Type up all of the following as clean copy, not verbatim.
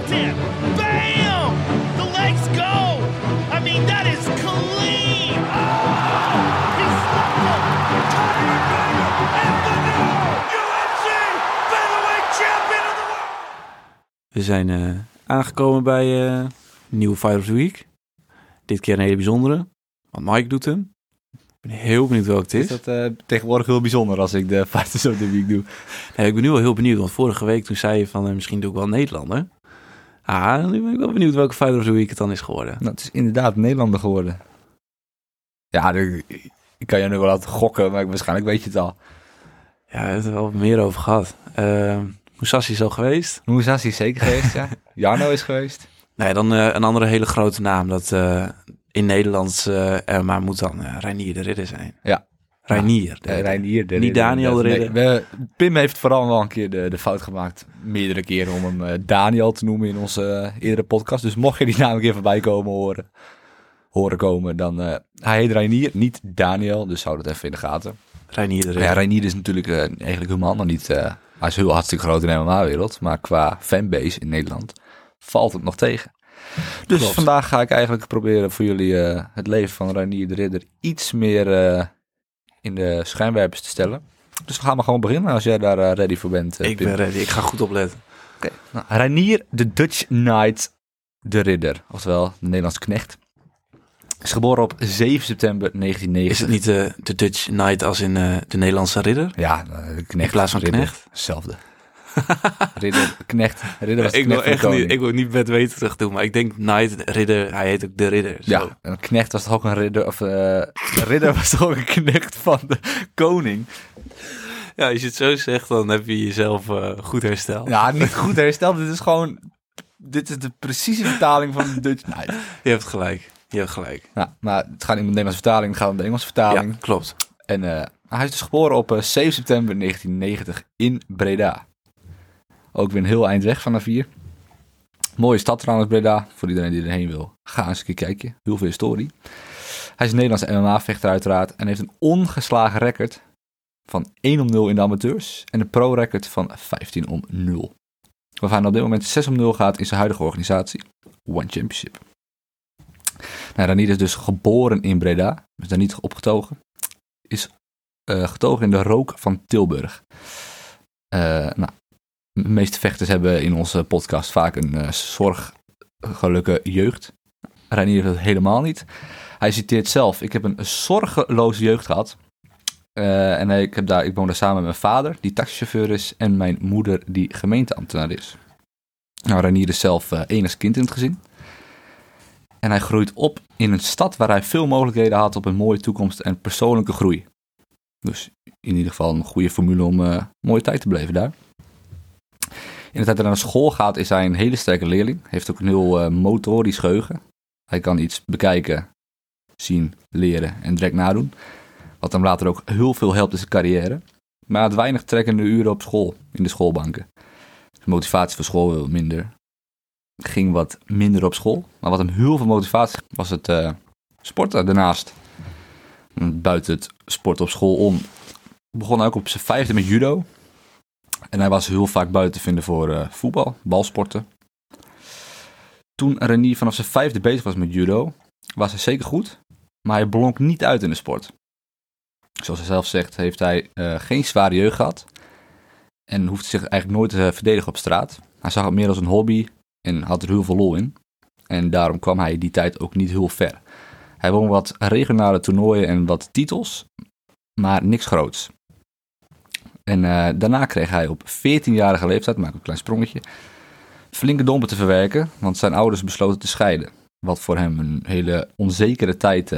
left hand. Bam! The legs go. I mean, that is clean. Oh! He slipped him. Conor McGregor and the new UFC featherweight champion of the world. We zijn aangekomen bij nieuwe Fight of the Week. Dit keer een hele bijzondere, want Mike doet hem. Ik ben heel benieuwd welke het is. Is dat tegenwoordig heel bijzonder als ik de Fighters of the Week doe? Nee, ik ben nu wel heel benieuwd, want vorige week toen zei je van misschien doe ik wel een Nederlander. Nu ben ik wel benieuwd welke Fight of the Week het dan is geworden. Nou, het is inderdaad Nederlander geworden. Ja, ik kan je nu wel laten gokken, maar waarschijnlijk weet je het al. Ja, we hebben het er wel meer over gehad. Mousasi is al geweest. Mousasi is zeker geweest, ja. Jarno is geweest. Nee, dan een andere hele grote naam dat in Nederlands maar moet dan Reinier de Ridder zijn. Ja. Reinier. Reinier de Niet Ridder. Daniel de Ridder. Nee, Pim heeft vooral wel een keer de fout gemaakt. Meerdere keren om hem Daniel te noemen in onze eerdere podcast. Dus mocht je die naam een keer voorbij horen komen, dan... hij heet Reinier, niet Daniel. Dus hou dat even in de gaten. Reinier de Ridder. Ja, Reinier is natuurlijk eigenlijk helemaal nog niet... hij is heel hartstikke groot in de MMA-wereld. Maar qua fanbase in Nederland valt het nog tegen. Dus Klopt. vandaag ga ik eigenlijk proberen voor jullie het leven van Reinier de Ridder iets meer in de schijnwerpers te stellen. Dus we gaan maar gewoon beginnen als jij daar ready voor bent. Ik Pim. ben ready, ik ga goed opletten. Oké. Nou, Reinier de Dutch Knight de Ridder, oftewel de Nederlandse knecht, is geboren op 7 september 1990. Is het niet de Dutch Knight als in de Nederlandse ridder? Ja, de knecht. In plaats van ridder, knecht? Hetzelfde. Ridder, knecht. Ridder was de Ik knecht wil van de echt niet, koning. ik wil niet met weten terug doen, maar ik denk Knight, ridder, hij heet ook de ridder. Zo. Ja, een knecht was toch ook een ridder, of ridder was toch ook een knecht van de koning. Ja, als je het zo zegt, dan heb je jezelf goed hersteld. Ja, niet goed hersteld. Dit is de precieze vertaling van de Dutch Knight. Je hebt gelijk, je hebt gelijk. Ja, maar het gaat niet om de Nederlandse vertaling, het gaat om de Engelse vertaling. Ja, klopt. En hij is dus geboren op 7 september 1990 in Breda. Ook weer een heel eind weg vanaf hier. Mooie stad trouwens, Breda. Voor iedereen die erheen wil, ga eens een keer kijken. Heel veel historie. Hij is een Nederlandse MMA-vechter uiteraard. En heeft een ongeslagen record van 1-0 in de amateurs. En een pro-record van 15-0. Waarvan hij op dit moment 6-0 gaat in zijn huidige organisatie. One Championship. Nou, Reinier is dus geboren in Breda. Is daar niet opgetogen. Is getogen in de Rook van Tilburg. De meeste vechters hebben in onze podcast vaak een zorgelijke jeugd. Reinier heeft dat helemaal niet. Hij citeert zelf: ik heb een zorgeloze jeugd gehad. Ik woon daar samen met mijn vader, die taxichauffeur is, en mijn moeder, die gemeenteambtenaar is. Nou, Reinier is zelf enig kind in het gezin. En hij groeit op in een stad waar hij veel mogelijkheden had op een mooie toekomst en persoonlijke groei. Dus in ieder geval een goede formule om mooie tijd te beleven daar. In de tijd dat hij naar school gaat is hij een hele sterke leerling. Heeft ook een heel motorisch geheugen. Hij kan iets bekijken, zien, leren en direct nadoen. Wat hem later ook heel veel helpt in zijn carrière. Maar hij had weinig trekkende uren op school, in de schoolbanken. De motivatie voor school was minder. Ging wat minder op school. Maar wat hem heel veel motivatie gaf, was het sporten daarnaast. Buiten het sport op school om. Begon hij ook op zijn 5e met judo. En hij was heel vaak buiten te vinden voor voetbal, balsporten. Toen Reinier vanaf zijn 5e bezig was met judo, was hij zeker goed. Maar hij blonk niet uit in de sport. Zoals hij zelf zegt, heeft hij geen zware jeugd gehad. En hoefde zich eigenlijk nooit te verdedigen op straat. Hij zag het meer als een hobby en had er heel veel lol in. En daarom kwam hij die tijd ook niet heel ver. Hij won wat regionale toernooien en wat titels, maar niks groots. En daarna kreeg hij op 14-jarige leeftijd, maak ik een klein sprongetje, flinke dompen te verwerken, want zijn ouders besloten te scheiden. Wat voor hem een hele onzekere tijd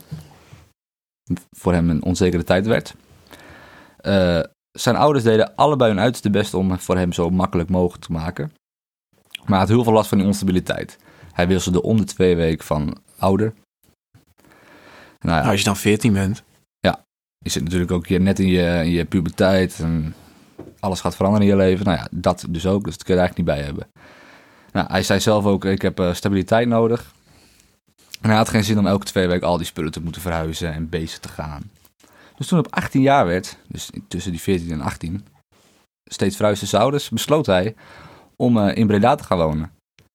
werd. Zijn ouders deden allebei hun uiterste best om voor hem zo makkelijk mogelijk te maken. Maar hij had heel veel last van die onstabiliteit. Hij wisselde om de 2 weken van ouder. Nou ja, Als je dan 14 bent. je zit natuurlijk ook hier net in je puberteit en alles gaat veranderen in je leven. Nou ja, dat dus ook, dus dat kun je er eigenlijk niet bij hebben. Nou, hij zei zelf ook, ik heb stabiliteit nodig. En hij had geen zin om elke 2 weken al die spullen te moeten verhuizen en bezig te gaan. Dus toen hij op 18 jaar werd, dus tussen die 14 en 18, steeds verhuisde zijn ouders, besloot hij om in Breda te gaan wonen.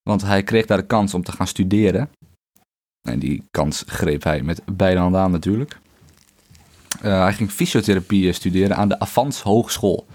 Want hij kreeg daar de kans om te gaan studeren. En die kans greep hij met beide handen aan natuurlijk. Hij ging fysiotherapie studeren aan de Avans Hogeschool.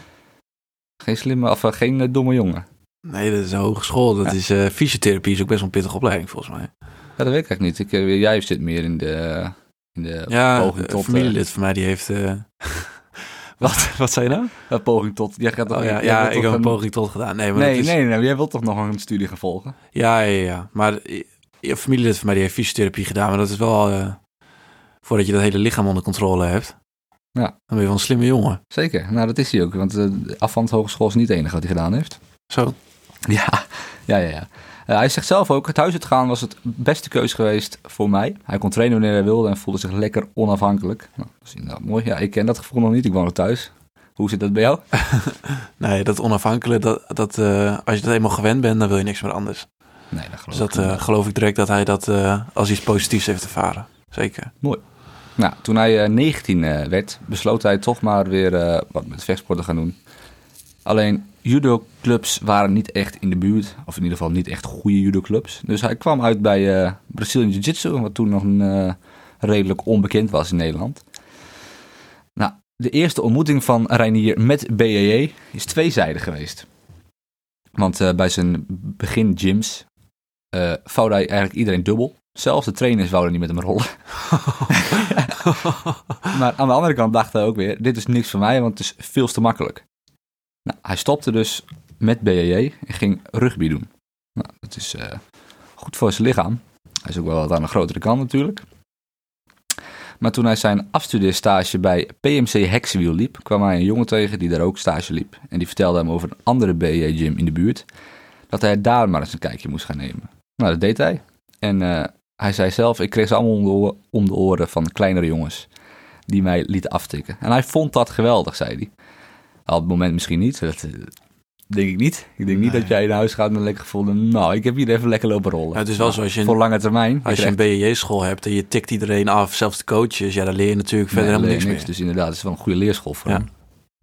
Geen domme jongen. Nee, dat is een hogeschool. Dat is fysiotherapie is ook best wel een pittige opleiding volgens mij. Ja, dat weet ik eigenlijk niet. Jij zit meer in de poging tot... Een familielid van mij die heeft... Wat zei je nou? Een poging tot... Jij gaat toch, ik heb een poging tot gedaan. Nee, jij wilt toch nog een studie gaan volgen? Ja. Maar een familielid van mij die heeft fysiotherapie gedaan. Maar dat is wel... voordat je dat hele lichaam onder controle hebt. Ja. Dan ben je wel een slimme jongen. Zeker. Nou, dat is hij ook. Want de Avans Hogeschool is niet het enige wat hij gedaan heeft. Zo. Ja. Hij zegt zelf ook, het huis uit gaan was het beste keus geweest voor mij. Hij kon trainen wanneer hij wilde en voelde zich lekker onafhankelijk. Nou, dat is inderdaad mooi. Ja, ik ken dat gevoel nog niet. Ik woon nog thuis. Hoe zit dat bij jou? Nee, dat onafhankelijk, als je dat eenmaal gewend bent, dan wil je niks meer anders. Nee, dat geloof dus dat geloof ik direct dat hij dat als iets positiefs heeft ervaren. Zeker. Mooi. Nou, toen hij 19 werd, besloot hij toch maar weer wat met vechtsport te gaan doen. Alleen judoclubs waren niet echt in de buurt, of in ieder geval niet echt goede judoclubs. Dus hij kwam uit bij Brazilian Jiu-Jitsu, wat toen nog redelijk onbekend was in Nederland. Nou, de eerste ontmoeting van Reinier met BJJ is tweezijdig geweest. Want bij zijn begin gyms vouwde hij eigenlijk iedereen dubbel. Zelfs de trainers wouden niet met hem rollen. Maar aan de andere kant dacht hij ook weer, dit is niks voor mij, want het is veel te makkelijk. Nou, hij stopte dus met BJJ en ging rugby doen. Nou, dat is goed voor zijn lichaam. Hij is ook wel wat aan de grotere kant natuurlijk. Maar toen hij zijn afstudeerstage bij PMC Heksenwiel liep, kwam hij een jongen tegen die daar ook stage liep. En die vertelde hem over een andere BJJ-gym in de buurt, dat hij daar maar eens een kijkje moest gaan nemen. Nou, dat deed hij. En hij zei zelf, ik kreeg ze allemaal om de oren van kleinere jongens die mij lieten aftikken. En hij vond dat geweldig, zei hij. Op het moment misschien niet, dat denk ik niet. Ik denk niet dat jij naar huis gaat met een lekker gevoel. Nou, ik heb hier even lekker lopen rollen. Ja, het is wel zo als je voor lange termijn. Als je een BJJ-school hebt en je tikt iedereen af, zelfs de coaches, ja, dan leer je natuurlijk verder helemaal niks meer. Dus inderdaad, het is wel een goede leerschool voor hem.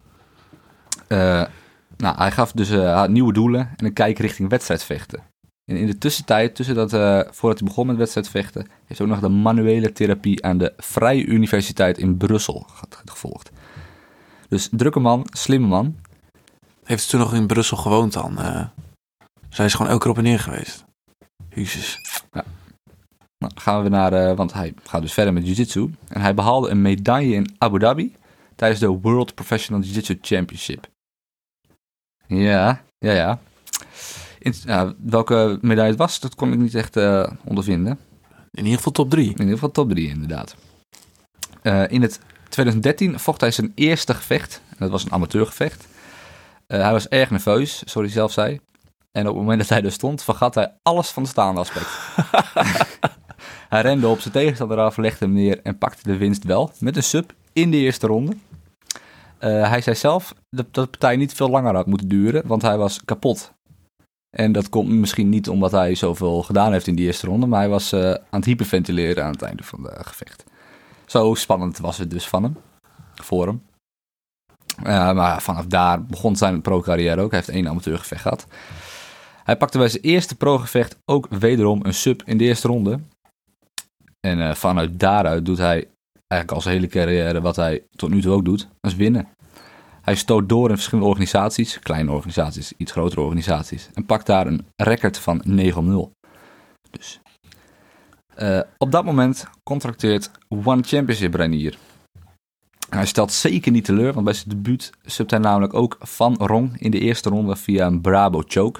Nou, hij gaf dus nieuwe doelen en een kijk richting wedstrijdvechten. En in de tussentijd, voordat hij begon met wedstrijdvechten, heeft hij ook nog de manuele therapie aan de Vrije Universiteit in Brussel gevolgd. Dus drukke man, slimme man. Heeft ze toen nog in Brussel gewoond dan? Zij is gewoon elke keer op en neer geweest. Jezus. Ja. Nou, gaan we naar, want hij gaat dus verder met jiu-jitsu. En hij behaalde een medaille in Abu Dhabi tijdens de World Professional Jiu-Jitsu Championship. Ja. Welke medaille het was, dat kon ik niet echt ondervinden. In ieder geval top 3. In ieder geval top 3, inderdaad. In het 2013 vocht hij zijn eerste gevecht. En dat was een amateurgevecht. Hij was erg nerveus, zoals hij zelf zei. En op het moment dat hij er stond, vergat hij alles van de staande aspect. Hij rende op zijn tegenstander af, legde hem neer en pakte de winst wel. Met een sub in de eerste ronde. Hij zei zelf dat de partij niet veel langer had moeten duren, want hij was kapot. En dat komt misschien niet omdat hij zoveel gedaan heeft in die eerste ronde, maar hij was aan het hyperventileren aan het einde van het gevecht. Zo spannend was het dus voor hem. Maar vanaf daar begon zijn pro-carrière ook. Hij heeft 1 amateurgevecht gehad. Hij pakte bij zijn eerste pro-gevecht ook wederom een sub in de eerste ronde. En vanuit daaruit doet hij eigenlijk al zijn hele carrière wat hij tot nu toe ook doet. Dat is winnen. Hij stoot door in verschillende organisaties. Kleine organisaties, iets grotere organisaties. En pakt daar een record van 9-0. Dus op dat moment contracteert One Championship Reinier. Hij stelt zeker niet teleur, want bij zijn debuut subt hij namelijk ook Van Rong in de eerste ronde via een Brabo choke.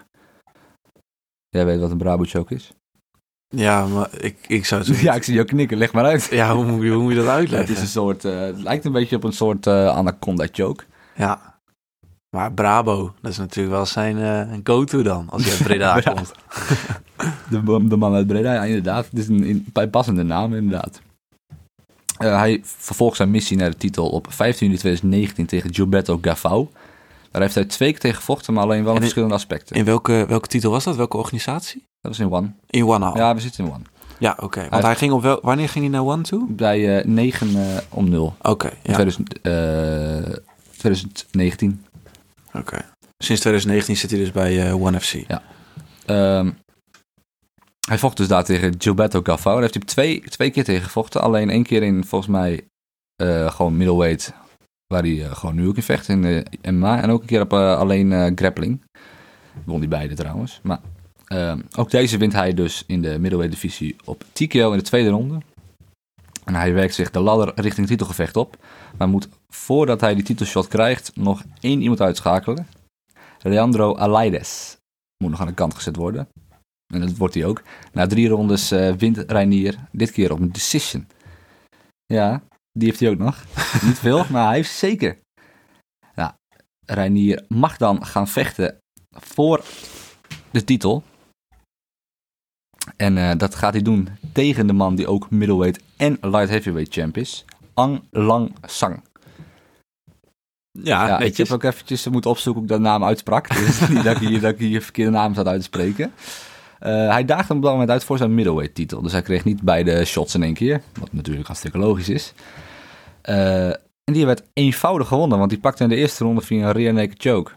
Jij weet wat een Brabo choke is? Ja, maar ik zou het Ja, ik zie jou knikken, leg maar uit. Ja, hoe moet je dat uitleggen? Het is een soort, het lijkt een beetje op een soort anaconda choke. Ja, maar Brabo, dat is natuurlijk wel zijn go-to dan, als hij uit Breda komt. De man uit Breda, ja inderdaad. Het is een bijpassende naam inderdaad. Hij vervolgt zijn missie naar de titel op 15 juli 2019 tegen Gilberto Gavau. Daar heeft hij 2 keer tegen gevochten, maar alleen wel in verschillende aspecten. In welke titel was dat? Welke organisatie? Dat was in One. In One al? Ja, we zitten in One. Ja, oké. Want hij ging wanneer ging hij naar One toe? Bij 9-0. Oké, ja. 2019. Oké. Sinds 2019 zit hij dus bij One FC. Ja. Hij vocht dus daar tegen Gilberto Gaffa. Daar heeft hij twee keer tegen gevochten. Alleen 1 keer in, volgens mij, gewoon middleweight. Waar hij gewoon nu ook in vecht in MMA. En ook een keer op alleen grappling. Won die beide trouwens. Maar ook deze wint hij dus in de middleweight divisie op TKO in de tweede ronde. En hij werkt zich de ladder richting titelgevecht op. Maar moet, voordat hij die titelshot krijgt, nog 1 iemand uitschakelen. Leandro Alaides moet nog aan de kant gezet worden. En dat wordt hij ook. Na 3 rondes wint Reinier dit keer op een decision. Ja, die heeft hij ook nog. Niet veel, maar hij heeft zeker. Nou, Reinier mag dan gaan vechten voor de titel. En dat gaat hij doen tegen de man die ook middleweight en light heavyweight champ is. Ang Lang Sang. Ja, ik heb ook eventjes moeten opzoeken hoe ik dat naam uitsprak. Dus niet dat ik hier verkeerde naam zat uit te spreken. Hij daagde hem op dat moment uit voor zijn middleweight titel. Dus hij kreeg niet beide shots in 1 keer. Wat natuurlijk hartstikke logisch is. En die werd eenvoudig gewonnen. Want die pakte in de eerste ronde via een rear naked choke.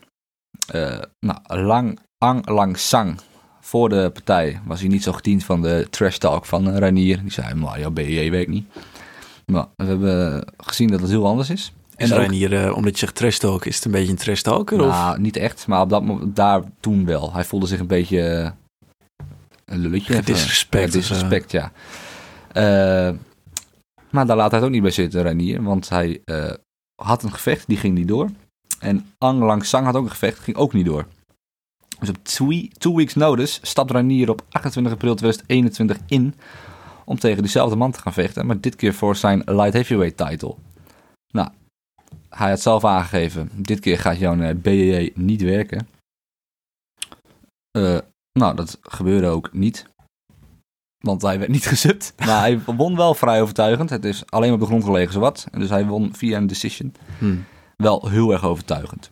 Ang Lang Sang. Voor de partij was hij niet zo gediend van de trash talk van Reinier. Die zei, maar jouw BJJ werkt niet. Maar we hebben gezien dat het heel anders is. En Reinier, omdat je zegt trash talk, is het een beetje een trash talker? Nou, niet echt, maar op dat moment, daar toen wel. Hij voelde zich een beetje een lulletje. Disrespect. Ja. Maar daar laat hij het ook niet bij zitten, Reinier. Want hij had een gevecht, die ging niet door. En Ang Lang Sang had ook een gevecht, ging ook niet door. Dus op 2 weeks notice stapt Reinier op 28 april 2021 in om tegen diezelfde man te gaan vechten, maar dit keer voor zijn light heavyweight title. Nou, hij had zelf aangegeven, dit keer gaat jouw BJJ niet werken. Nou, dat gebeurde ook niet. Want hij werd niet gesubt. Maar hij won wel vrij overtuigend. Het is alleen op de grond gelegen zowat. En dus hij won via een decision. Wel heel erg overtuigend.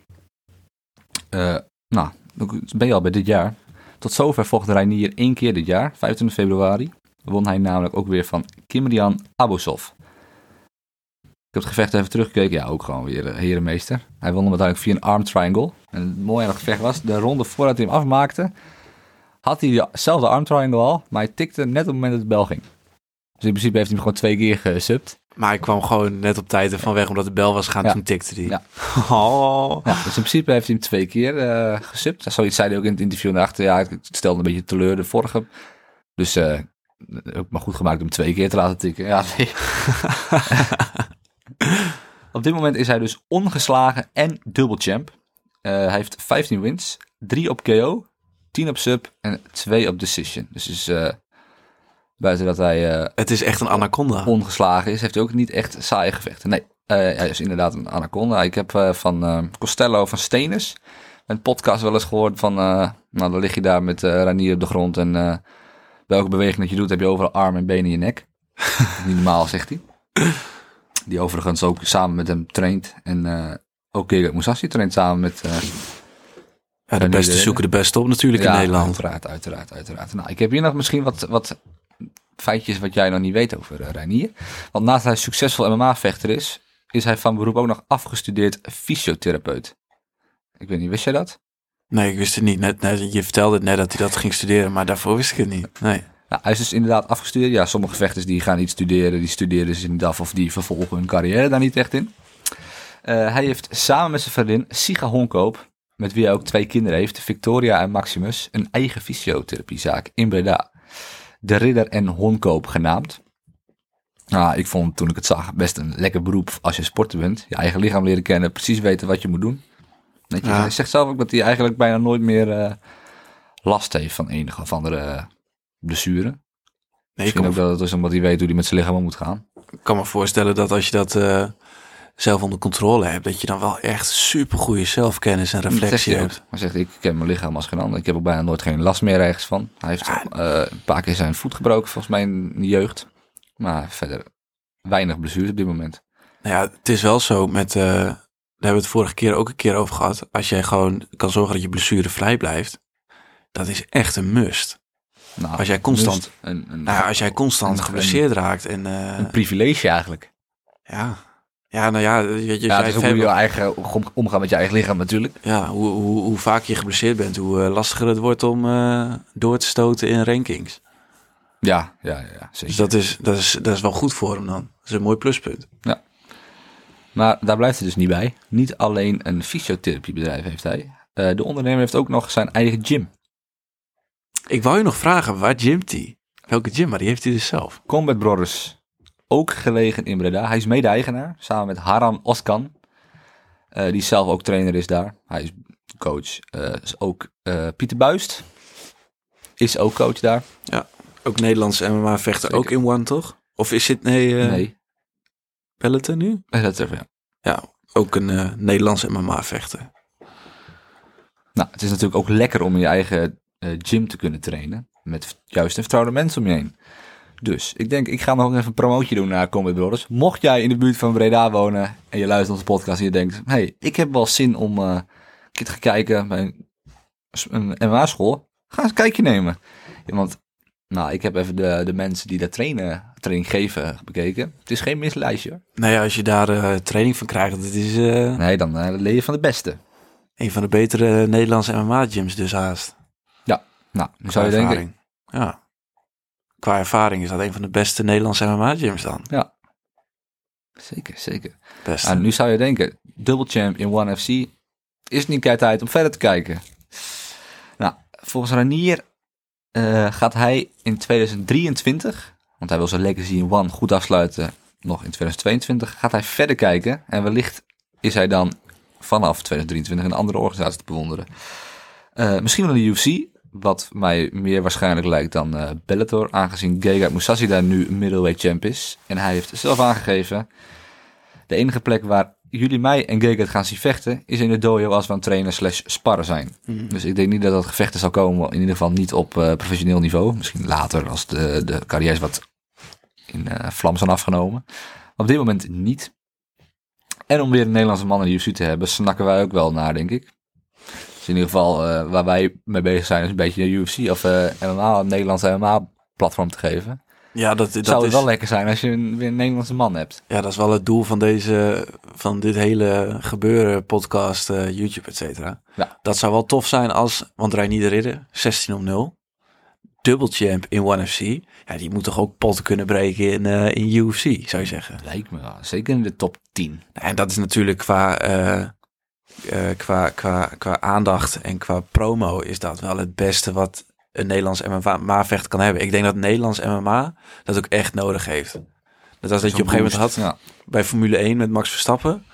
Nou, dan ben je al bij dit jaar. Tot zover vocht Reinier 1 keer dit jaar. 25 februari. Won hij namelijk ook weer van Kimrian Abosov. Ik heb het gevecht even teruggekeken. Ja, ook gewoon weer herenmeester. Hij won hem uiteindelijk via een arm triangle. En het mooie aan het gevecht was, de ronde voordat hij hem afmaakte, had hij dezelfde arm triangle al, maar hij tikte net op het moment dat het bel ging. Dus in principe heeft hij hem gewoon 2 keer gesubt. Maar hij kwam gewoon net op tijd ervan weg, omdat de bel was gaan, toen tikte hij. Ja. Oh. Ja, dus in principe heeft hij hem 2 keer gesubt. Zoiets zei hij ook in het interview daarachter. Ja, ik stelde een beetje teleur de vorige. Dus ook maar goed gemaakt om 2 keer te laten tikken. Ja, nee. Op dit moment is hij dus ongeslagen en dubbel champ. Hij heeft 15 wins, 3 op KO, 10 op sub en 2 op decision. Dus buiten dat hij het is echt een anaconda. Ongeslagen is, heeft hij ook niet echt saaie gevechten. Nee, hij is inderdaad een anaconda. Ik heb van Costello van Stenus een podcast wel eens gehoord van, nou dan lig je daar met Reinier op de grond en welke beweging dat je doet, heb je overal arm en benen in je nek. Niet normaal, zegt hij. Die overigens ook samen met hem traint. En ook Gegard Mousasi traint samen met de beste zoeken de beste op natuurlijk in Nederland. Uiteraard. Nou, ik heb hier nog misschien wat feitjes wat jij nog niet weet over Reinier. Want naast hij succesvol MMA-vechter is hij van beroep ook nog afgestudeerd fysiotherapeut. Ik weet niet, wist jij dat? Nee, ik wist het niet. Je vertelde het net dat hij dat ging studeren, maar daarvoor wist ik het niet. Nee. Nou, hij is dus inderdaad afgestudeerd. Ja, sommige vechters die gaan niet studeren, die studeren dus niet af of die vervolgen hun carrière daar niet echt in. Hij heeft samen met zijn vriendin Siga Honkoop, met wie hij ook 2 kinderen heeft, Victoria en Maximus, een eigen fysiotherapiezaak in Breda. De Ridder en Honkoop genaamd. Nou, ik vond toen ik het zag best een lekker beroep als je sporter bent. Je eigen lichaam leren kennen, precies weten wat je moet doen. Weet je, hij zegt zelf ook dat hij eigenlijk bijna nooit meer last heeft van enige of andere blessure. Nee, misschien ook dat het is omdat hij weet hoe hij met zijn lichaam om moet gaan. Ik kan me voorstellen dat als je dat zelf onder controle hebt, dat je dan wel echt supergoeie zelfkennis en reflectie hebt. Hij zegt, ik ken mijn lichaam als geen ander. Ik heb ook bijna nooit geen last meer ergens van. Hij heeft een paar keer zijn voet gebroken, volgens mij in de jeugd. Maar verder weinig blessures op dit moment. Nou ja, het is wel zo met, daar hebben we het vorige keer ook een keer over gehad. Als jij gewoon kan zorgen dat je blessurevrij blijft, dat is echt een must. Nou, als jij constant geblesseerd raakt. Een privilege eigenlijk. Ja. Ja, nou ja. Het is ook hoe je eigen omgaan met je eigen lichaam natuurlijk. Ja, hoe vaak je geblesseerd bent, hoe lastiger het wordt om door te stoten in rankings. Ja, zeker. Dus dat is wel goed voor hem dan. Dat is een mooi pluspunt. Maar daar blijft het dus niet bij. Niet alleen een fysiotherapiebedrijf heeft hij. De ondernemer heeft ook nog zijn eigen gym. Ik wou je nog vragen, waar gymt hij? Welke gym? Maar die heeft hij dus zelf. Combat Brothers. Ook gelegen in Breda. Hij is mede-eigenaar. Samen met Haran Özkan. Die zelf ook trainer is daar. Hij is coach. Is ook Pieter Buist. Is ook coach daar. Ja, ook Nederlandse MMA-vechter. Zeker. Ook in One, toch? Of is het... Nee. Bellator nu? Dat is ja. Ja, ook een Nederlandse MMA-vechter. Nou, het is natuurlijk ook lekker om in je eigen gym te kunnen trainen. Met juist een vertrouwde mensen om je heen. Dus ik denk, ik ga nog even een promootje doen naar Combat Brothers. Mocht jij in de buurt van Breda wonen en je luistert onze podcast en je denkt... hey, ik heb wel zin om een keer te gaan kijken bij een MMA-school. Ga eens een kijkje nemen. Ja, want ik heb even de mensen die daar training geven bekeken. Het is geen mislijstje hoor. Nou ja, als je daar training van krijgt, dat is Nee, dan leer je van de beste. een van de betere Nederlandse MMA-gyms dus haast. Ja, nou, dan zou je denken... Ja. Qua ervaring is dat een van de beste Nederlandse MMA-gyms dan. Ja, zeker. Beste. En nu zou je denken, double champ in One FC, is het niet tijd om verder te kijken? Nou, volgens Ranier gaat hij in 2023, want hij wil zijn legacy in One goed afsluiten, nog in 2022, gaat hij verder kijken. En wellicht is hij dan vanaf 2023 een andere organisatie te bewonderen. Misschien wel de UFC, wat mij meer waarschijnlijk lijkt dan Bellator, aangezien Gegard Mousasi daar nu middleweight champ is. En hij heeft zelf aangegeven, de enige plek waar jullie mij en Gegard gaan zien vechten, is in de dojo als we aan trainen / sparren zijn. Dus ik denk niet dat gevechten zal komen, in ieder geval niet op professioneel niveau. Misschien later, als de carrières wat in vlam zijn afgenomen. Op dit moment niet. En om weer een Nederlandse man in de UFC te hebben, snakken wij ook wel naar, denk ik. Dus in ieder geval, waar wij mee bezig zijn, is een beetje de UFC of MMA, een Nederlandse MMA-platform te geven. Ja, dat Zou het is wel lekker zijn als je weer een Nederlandse man hebt. Ja, dat is wel het doel van dit hele gebeuren, podcast, YouTube, et cetera. Ja. Dat zou wel tof zijn want Reinier de Ridder, 16-0, dubbel champ in One FC. Ja, die moet toch ook potten kunnen breken in UFC, zou je zeggen. Lijkt me wel. Zeker in de top 10. En dat is natuurlijk qua aandacht en qua promo is dat wel het beste wat een Nederlands MMA-vechter kan hebben. Ik denk dat Nederlands MMA dat ook echt nodig heeft. Dat was dat je op een gegeven moment had bij Formule 1 met Max Verstappen.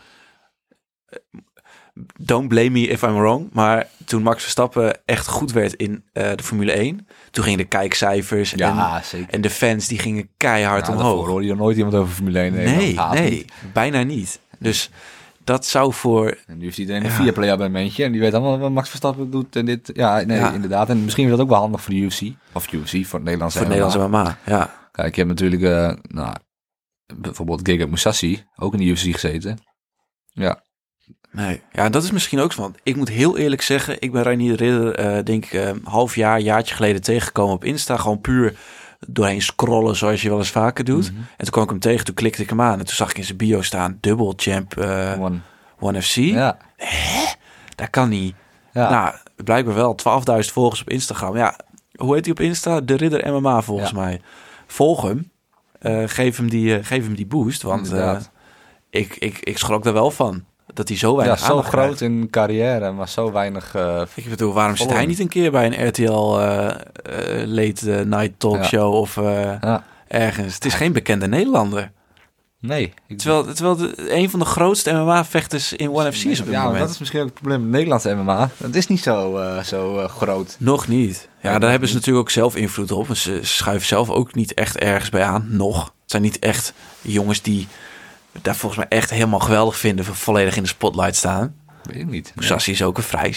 Don't blame me if I'm wrong. Maar toen Max Verstappen echt goed werd in de Formule 1... toen gingen de kijkcijfers en de fans die gingen keihard omhoog. Daarvoor hoorde je nooit iemand over Formule 1. Nee, bijna niet. Dus dat zou voor... En nu heeft iedereen een Viaplay-abonnementje en die weet allemaal wat Max Verstappen doet en dit. Ja, inderdaad. En misschien is dat ook wel handig voor de UFC. Of UFC, voor het Nederlandse MMA. Nederlandse MMA, ja. Kijk, je hebt natuurlijk bijvoorbeeld Gegard Mousasi, ook in de UFC gezeten. Ja. Nee, ja, dat is misschien ook zo. Want ik moet heel eerlijk zeggen, ik ben Reinier de Ridder, denk ik, jaartje geleden tegengekomen op Insta. Gewoon puur doorheen scrollen, zoals je wel eens vaker doet. En toen kwam ik hem tegen, toen klikte ik hem aan. En toen zag ik in zijn bio staan, dubbel champ One FC. Ja. Hè? Dat kan niet. Ja. Nou, blijkbaar wel 12.000 volgers op Instagram. Ja, hoe heet hij op Insta? De Ridder MMA volgens mij. Volg hem. Geef hem die boost. Want ik schrok er wel van. Dat hij zo weinig zo groot krijgt in carrière, maar zo weinig... ik bedoel, waarom zit hij niet een keer bij een RTL late night talkshow of ergens? Het is geen bekende Nederlander. Nee. Terwijl een van de grootste MMA-vechters in One FC is op dit moment. Ja, dat is misschien ook het probleem met Nederlandse MMA. Het is niet zo groot. Nog niet. Ja, daar hebben ze natuurlijk ook zelf invloed op. Ze schuiven zelf ook niet echt ergens bij aan. Nog. Het zijn niet echt jongens die daar volgens mij echt helemaal geweldig vinden, volledig in de spotlight staan. Weet ik niet. Mousasi is ook een vrij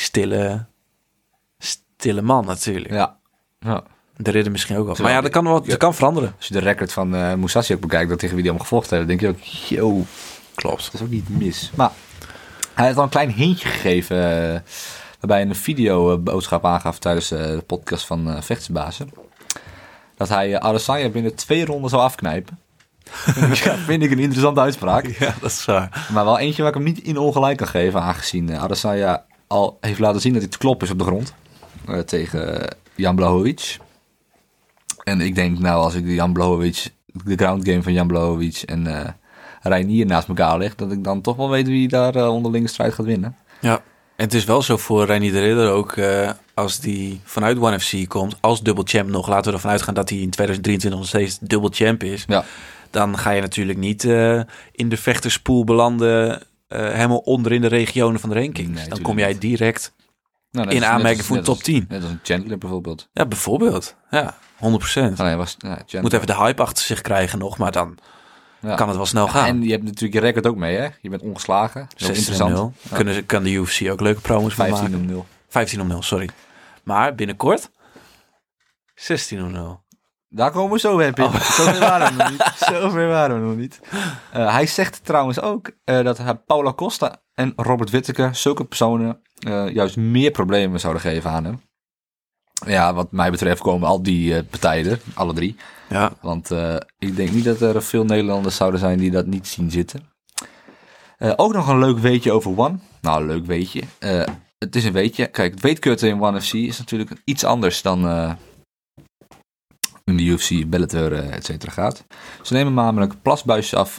stille man natuurlijk. Ja. De Ridder misschien ook wel. Maar ja, dat kan veranderen. Als je de record van Mousasi ook bekijkt, dat tegen wie die hem gevochten hebben, denk je ook, yo, klopt. Dat is ook niet mis. Maar hij heeft al een klein hintje gegeven, waarbij hij een video-boodschap aangaf tijdens de podcast van Vechtersbazen, dat hij Adesanya binnen 2 ronden zou afknijpen. Vind ik een interessante uitspraak. Ja, dat is waar. Maar wel eentje waar ik hem niet in ongelijk kan geven, aangezien Adesanya al heeft laten zien dat hij te kloppen is op de grond tegen Jan Blachowicz. En ik denk nou, als ik de ground game van Jan Blachowicz en Reinier naast elkaar leg, dat ik dan toch wel weet wie daar onderlinge strijd gaat winnen. Ja, en het is wel zo voor Reinier de Ridder ook, als die vanuit ONE FC komt, als dubbel champ nog, laten we ervan uitgaan dat hij in 2023 nog steeds dubbel champ is. Ja. Dan ga je natuurlijk niet in de vechterspool belanden, helemaal onder in de regionen van de rankings. Nee, dan kom jij direct in aanmerking voor de top 10. Net als een Chandler bijvoorbeeld. Ja, bijvoorbeeld. Ja, 100%. Alleen Moet even de hype achter zich krijgen nog, maar dan kan het wel snel gaan. En je hebt natuurlijk je record ook mee, hè? Je bent ongeslagen. Dat is interessant. Kan de UFC ook leuke promos van maken. 15-0, sorry. Maar binnenkort 16-0. Daar komen we zo weer, Pim. Zover waren we nog niet. Hij zegt trouwens ook dat Paula Costa en Robert Whittaker, zulke personen, juist meer problemen zouden geven aan hem. Ja, wat mij betreft komen al die partijen er, alle drie. Ja. Want ik denk niet dat er veel Nederlanders zouden zijn die dat niet zien zitten. Ook nog een leuk weetje over ONE. Nou, een leuk weetje. Het is een weetje. Kijk, het weightcutten in ONE FC is natuurlijk iets anders dan in de UFC, Bellator, et cetera gaat. Ze nemen namelijk plasbuisjes af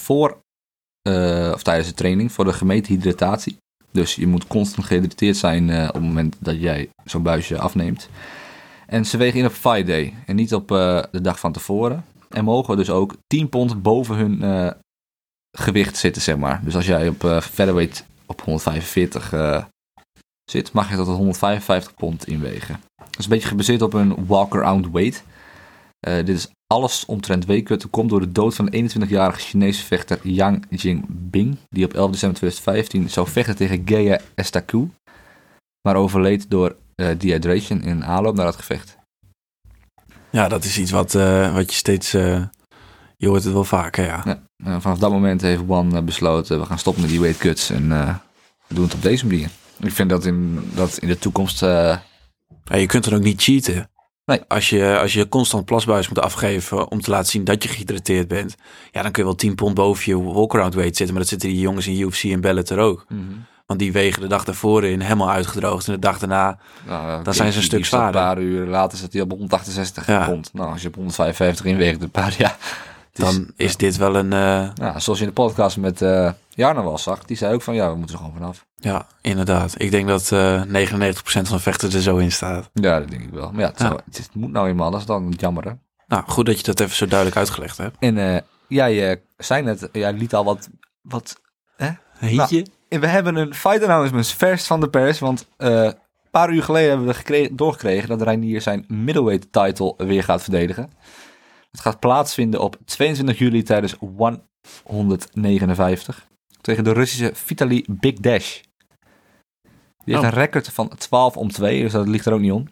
of tijdens de training voor de gemeten hydratatie. Dus je moet constant gehydrateerd zijn op het moment dat jij zo'n buisje afneemt. En ze wegen in op fight day en niet op de dag van tevoren. En mogen dus ook 10 pond boven hun gewicht zitten, zeg maar. Dus als jij op featherweight op 145 zit, mag je tot 155 pond inwegen. Dat is een beetje gebaseerd op een walk-around weight. Dit is alles omtrent weightcutten komt door de dood van de 21-jarige Chinese vechter Yang Jingbing, die op 11 december 2015 zou vechten tegen Gaya Estacu, maar overleed door dehydration in een aanloop naar het gevecht. Ja, dat is iets wat je steeds... je hoort het wel vaker, ja. Vanaf dat moment heeft ONE besloten, we gaan stoppen met die weightcuts en we doen het op deze manier. Ik vind dat in de toekomst... Ja, je kunt er ook niet cheaten. Nee. Als je constant plasbuis moet afgeven om te laten zien dat je gehydrateerd bent, ja, dan kun je wel 10 pond boven je walk-around weight zitten, maar dat zitten die jongens in UFC en Bellator ook. Mm-hmm. Want die wegen de dag daarvoor in helemaal uitgedroogd en de dag daarna, dan zijn ze een stuk zwaarder. Een paar uur later zit hij op 168 pond. Nou, als je op 155 inweegt een paar jaar, dan is dit wel een... zoals je in de podcast met Jarno wel zag, die zei ook van ja, we moeten er gewoon vanaf. Ja, inderdaad. Ik denk dat 99% van de vechters er zo in staat. Ja, dat denk ik wel. Maar ja, het moet nou eenmaal, dat is dan jammer, hè? Nou, goed dat je dat even zo duidelijk uitgelegd hebt. En jij zei net, jij liet al wat heetje? Nou, we hebben een fight announcement vers van de pers, want een paar uur geleden hebben we doorgekregen dat Reinier zijn middleweight title weer gaat verdedigen. Het gaat plaatsvinden op 22 juli tijdens ONE 159 tegen de Russische Vitaly Bigdash. Die heeft een record van 12-2, dus dat ligt er ook niet om.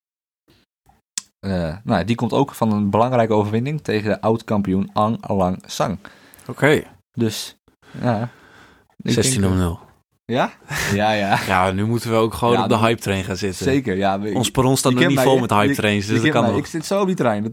Die komt ook van een belangrijke overwinning tegen de oud-kampioen Aung Lang Sang. Oké. Dus, ja. 16-0. Ja? Ja. Ja, nu moeten we ook gewoon op de hype train gaan zitten. Zeker, ja. Ons perron staat nog niet vol met hype trains, dus dat kan nog. Ik zit zo op die trein.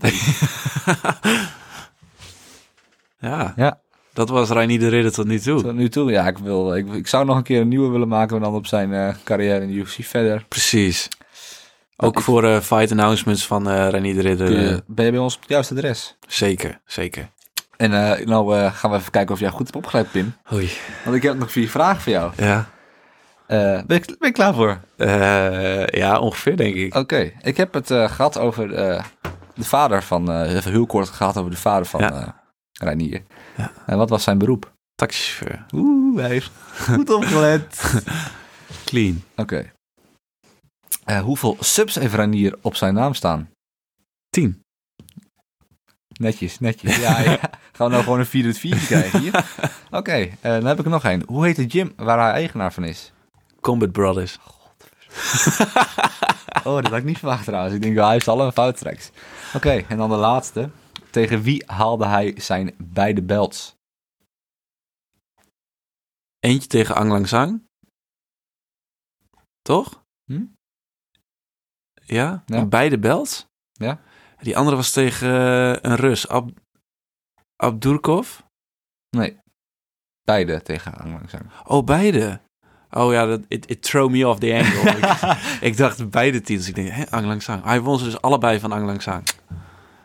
Ja. Dat was Reinier de Ridder tot nu toe. Tot nu toe, ja. Ik zou nog een keer een nieuwe willen maken en dan op zijn carrière in de UFC verder. Precies. Ook voor fight announcements van Reinier de Ridder. Ben je bij ons op het juiste adres? Zeker. En gaan we even kijken of jij goed hebt opgeleid, Pim. Oei. Want ik heb nog 4 vragen voor jou. Ja. Ben je klaar voor? Ja, ongeveer denk ik. Oké. Ik heb het gehad over de vader van... even heel kort gehad over de vader van Reinier. Ja. En wat was zijn beroep? Taxichauffeur. Hij heeft goed opgelet. Clean. Oké. Hoeveel subs heeft Reinier op zijn naam staan? 10. Netjes. Ja. Gaan we nou gewoon een 4-4 krijgen hier? Oké, dan heb ik er nog één. Hoe heet de gym waar hij eigenaar van is? Combat Brothers. Dat had ik niet verwacht trouwens. Ik denk, hij heeft alle fout tracks. Oké, en dan de laatste. Tegen wie haalde hij zijn beide belts? Eentje tegen Aung Lang Sang. Toch? Ja? Beide belts? Ja. Die andere was tegen een Rus. Abdurkov? Nee. Beide tegen Aung Lang Sang. Oh, beide? Oh ja, it threw me off the angle. ik dacht beide titels. Ik denk, Aung Lang Sang. Hij won ze dus allebei van Aung Lang Sang.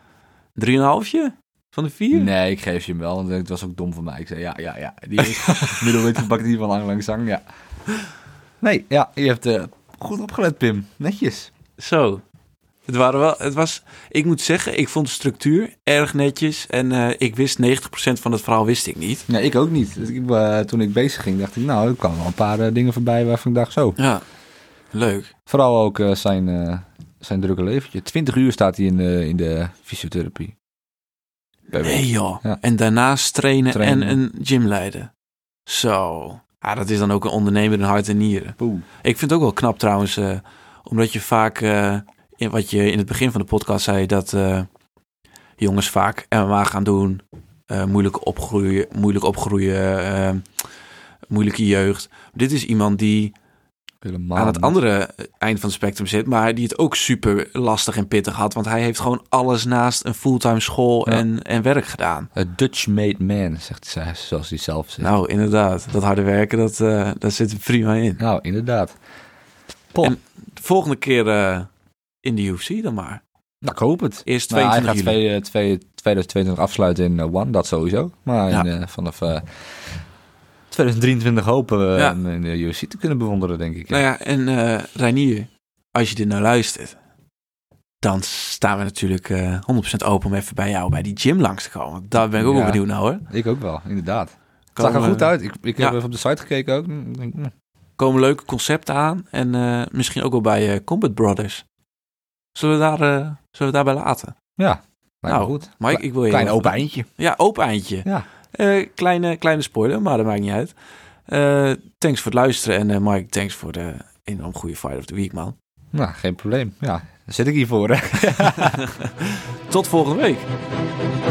3,5 van de 4? Nee, ik geef je hem wel, want het was ook dom van mij. Ik zei, ja. Die is middleweight gepakt, die van Lang Zang, ja. Nee, ja, je hebt goed opgelet, Pim. Netjes. Zo. Het was, ik moet zeggen, ik vond de structuur erg netjes. En ik wist 90% van het verhaal wist ik niet. Nee, ik ook niet. Dus toen ik bezig ging, dacht ik, nou, er kwamen wel een paar dingen voorbij waarvan ik dacht, zo. Ja, leuk. Vooral ook zijn drukke leventje. 20 uur staat hij in de fysiotherapie. Nee joh. Ja. En daarnaast trainen en Trainen. een gym leiden. Zo. Ja, dat is dan ook een ondernemer in hart en nieren. Poeh. Ik vind het ook wel knap trouwens, omdat je vaak, wat je in het begin van de podcast zei, dat jongens vaak MMA gaan doen, moeilijk opgroeien, moeilijke jeugd. Dit is iemand die Helemaal aan het niet. andere eind van het spectrum zit, maar die het ook super lastig en pittig had, want hij heeft gewoon alles naast een fulltime school Ja. en werk gedaan. A Dutch-made man, zegt hij, zoals hij zelf zegt. Nou, inderdaad. Dat harde werken, dat zit er prima in. Nou, inderdaad. Pop. En de volgende keer in de UFC dan maar. Nou, ik hoop het. Eerst Nou, hij 22 gaat 2022 afsluiten in One, dat sowieso. Maar Ja. vanaf 2023 hopen we Ja. hem in de UFC te kunnen bewonderen, denk ik. Nou ja, en Reinier, als je dit nou luistert, dan staan we natuurlijk 100% open om even bij jou bij die gym langs te komen. Daar ben ik ook wel Ja. benieuwd naar hoor. Ik ook wel, inderdaad. Het Komen- zag er goed uit. Ik Ja. heb even op de site gekeken ook. Ik denk, Komen leuke concepten aan en misschien ook wel bij Combat Brothers. Zullen we daarbij laten? ja, lijkt me Nou, goed. Mike, ik wil je Klein heel open erg- eindje. Ja, open eindje. Ja. Kleine spoiler, maar dat maakt niet uit. Thanks voor het luisteren. En Mike, thanks voor de enorm goede Fight of the Week, man. Nou, geen probleem. Ja, daar zit ik hiervoor. Hè. Tot volgende week.